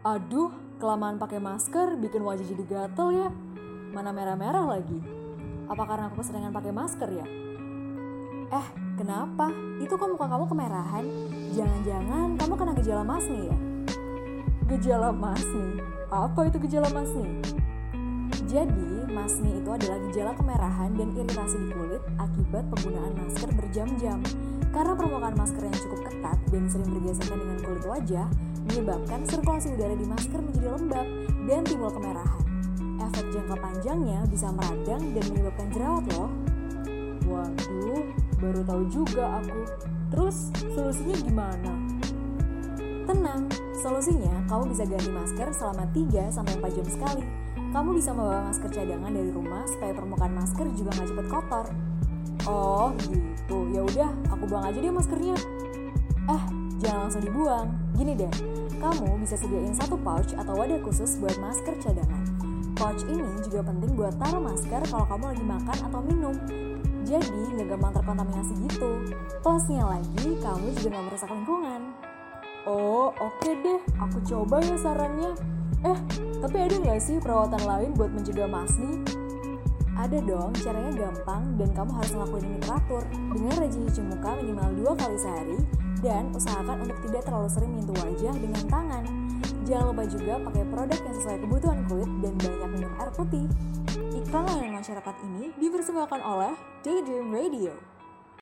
Aduh, kelamaan pakai masker bikin wajah jadi gatel ya. Mana merah-merah lagi. Apa karena aku keseringan pakai masker ya? Kenapa? Itu kok muka kamu kemerahan? Jangan-jangan kamu kena gejala masni ya? Gejala masni? Apa itu gejala masni? Jadi, masni itu adalah gejala kemerahan dan iritasi di kulit akibat penggunaan masker berjam-jam. Karena permukaan masker yang cukup ketat dan sering bergesekan dengan kulit wajah, menyebabkan sirkulasi udara di masker menjadi lembab dan timbul kemerahan. Efek jangka panjangnya bisa meradang dan menyebabkan jerawat loh. Waduh, baru tahu juga aku. Terus, solusinya gimana? Tenang, solusinya kamu bisa ganti masker selama 3-4 jam sekali. Kamu bisa membawa masker cadangan dari rumah supaya permukaan masker juga nggak cepet kotor. Oh gitu, ya udah aku buang aja deh maskernya. Jangan langsung dibuang. Gini deh, kamu bisa sediain satu pouch atau wadah khusus buat masker cadangan. Pouch ini juga penting buat taruh masker kalau kamu lagi makan atau minum. Jadi nggak gampang terkontaminasi gitu. Plusnya lagi, kamu juga nggak merusak lingkungan. Oh oke deh, aku coba ya sarannya. Tapi ada nggak sih perawatan lain buat mencegah masni? Ada dong, caranya gampang dan kamu harus ngelakuin ini teratur. Dengan rajin cuci muka minimal 2 kali sehari dan usahakan untuk tidak terlalu sering menyentuh wajah dengan tangan. Jangan lupa juga pakai produk yang sesuai kebutuhan kulit dan banyak minum air putih. Iklan layanan masyarakat ini dipersembahkan oleh Daydream Radio.